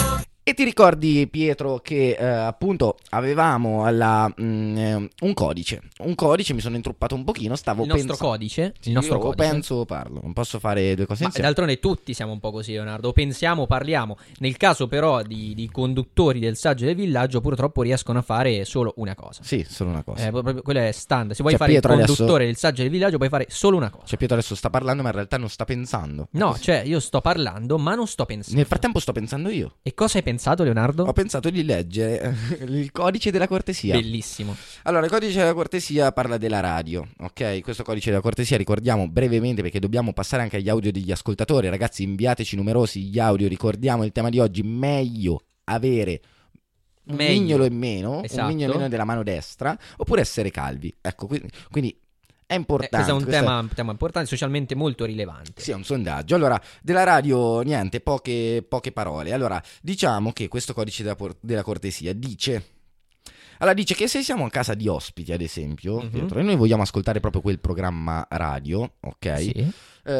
E ti ricordi, Pietro, che appunto avevamo un codice, mi sono intruppato un pochino, stavo il nostro codice, il nostro codice. Penso, parlo, non posso fare due cose insieme. D'altronde tutti siamo un po' così, Leonardo, pensiamo, parliamo. Nel caso però di conduttori del Saggio del Villaggio purtroppo riescono a fare solo una cosa. Sì, solo una cosa. Quello è standard, se vuoi fare Pietro il conduttore adesso... del Saggio del Villaggio puoi fare solo una cosa. Cioè Pietro adesso sta parlando ma in realtà non sta pensando. No, cioè io sto parlando ma non sto pensando. Nel frattempo sto pensando io. E cosa hai pensato, Leonardo? Ho pensato di leggere il codice della cortesia. Bellissimo. Allora, il codice della cortesia parla della radio, ok? Questo codice della cortesia, ricordiamo brevemente, perché dobbiamo passare anche agli audio degli ascoltatori. Ragazzi, inviateci numerosi gli audio. Ricordiamo il tema di oggi: meglio avere un mignolo in meno, esatto, un mignolo in meno della mano destra, oppure essere calvi. Ecco, quindi è importante. Questo è un tema importante, socialmente molto rilevante. Sì, è un sondaggio. Allora, della radio, niente, poche parole. Allora, diciamo che questo codice della cortesia dice che se siamo a casa di ospiti, ad esempio, Pietro, e noi vogliamo ascoltare proprio quel programma radio, ok? Sì.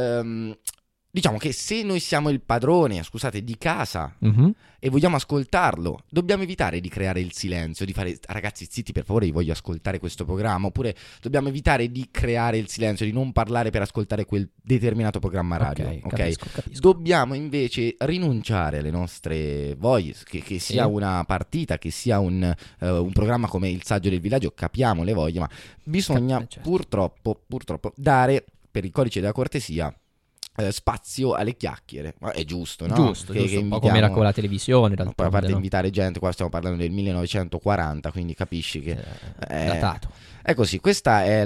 Diciamo che se noi siamo il padrone, scusate, di casa e vogliamo ascoltarlo, dobbiamo evitare di creare il silenzio, di fare ragazzi zitti per favore, io voglio ascoltare questo programma, oppure dobbiamo evitare di creare il silenzio, di non parlare per ascoltare quel determinato programma radio, ok? Capisco. Dobbiamo invece rinunciare alle nostre voice, che sia una partita, che sia un programma come il Saggio del Villaggio, capiamo le voglie, ma bisogna purtroppo dare per il codice della cortesia spazio alle chiacchiere. È giusto, no? Giusto, un po' come era con la televisione. Poi a parte invitare gente, qua stiamo parlando del 1940, quindi capisci che è datato. È così, questa è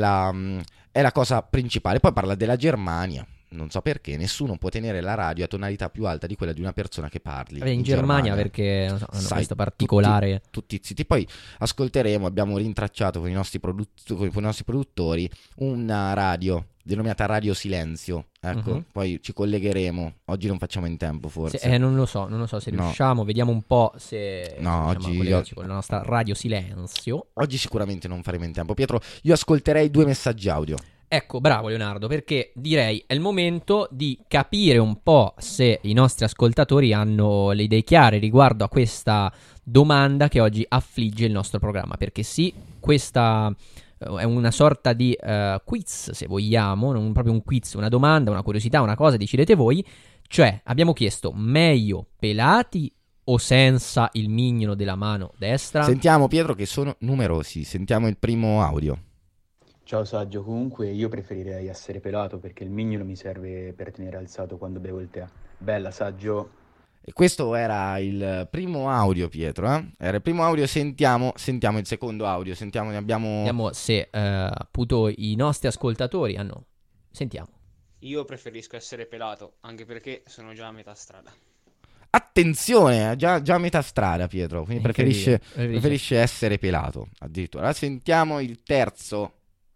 la cosa principale. Poi parla della Germania. Non so perché nessuno può tenere la radio a tonalità più alta di quella di una persona che parli. In Germania perché hanno questo particolare. Tutti zitti. Poi ascolteremo, abbiamo rintracciato con i nostri produttori una radio denominata Radio Silenzio. Ecco, poi ci collegheremo. Oggi non facciamo in tempo, forse. Non lo so se riusciamo. Vediamo un po' se oggi con la nostra Radio Silenzio. Oggi sicuramente non faremo in tempo. Pietro, io ascolterei 2 messaggi audio. Ecco, bravo Leonardo, perché direi è il momento di capire un po' se i nostri ascoltatori hanno le idee chiare riguardo a questa domanda che oggi affligge il nostro programma, perché sì, questa è una sorta di quiz, se vogliamo, non proprio un quiz, una domanda, una curiosità, una cosa, decidete voi, cioè abbiamo chiesto meglio pelati o senza il mignolo della mano destra? Sentiamo Pietro che sono numerosi, sentiamo il primo audio. Ciao Saggio, comunque io preferirei essere pelato perché il mignolo mi serve per tenere alzato quando bevo il tè. Bella Saggio. E questo era il primo audio, Pietro, Era il primo audio, sentiamo il secondo audio, Vediamo se appunto i nostri ascoltatori hanno... Sentiamo. Io preferisco essere pelato, anche perché sono già a metà strada. Attenzione, già a metà strada Pietro, quindi preferisce essere pelato addirittura. Sentiamo il terzo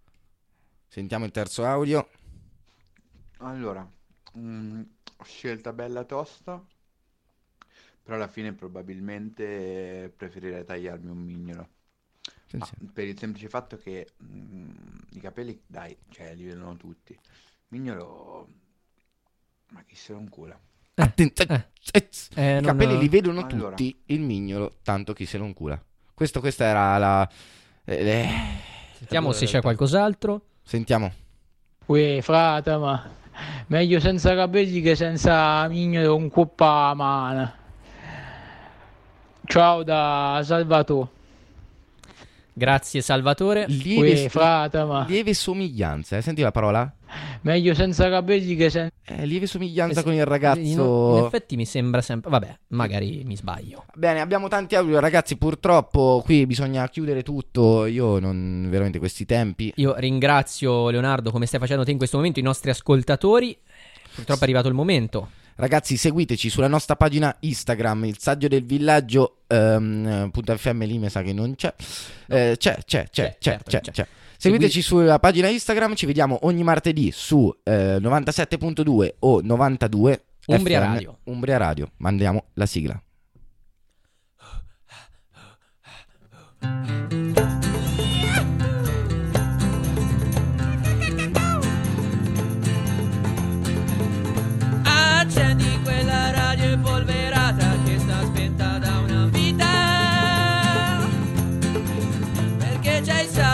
audio. Allora, scelta bella tosta, però alla fine probabilmente preferirei tagliarmi un mignolo. Per il semplice fatto che i capelli, dai, cioè li vedono tutti. Mignolo, ma chi se lo incula? I capelli li vedono tutti, il mignolo tanto chi se lo incula. Questa era la... Sentiamo se c'è qualcos'altro. Sentiamo. Uè, frate, ma meglio senza capelli che senza mignolo un coppa a mano. Ciao da Salvatore. Grazie Salvatore. Lieve somiglianza, senti la parola? Meglio senza capelli che senza... lieve somiglianza con il ragazzo. In effetti mi sembra sempre... Vabbè, magari mi sbaglio. Bene, abbiamo tanti audio, ragazzi, purtroppo qui bisogna chiudere tutto. Io non... veramente questi tempi. Io ringrazio Leonardo, come stai facendo te in questo momento, i nostri ascoltatori. Purtroppo è arrivato il momento. Ragazzi, seguiteci sulla nostra pagina Instagram, il Saggio del Villaggio .fm, lì mi sa che non c'è. C'è. Seguiteci sulla pagina Instagram, ci vediamo ogni martedì su 97.2 o 92 Umbria Radio. Mandiamo la sigla. Accendi quella radio impolverata che sta spenta da Jason.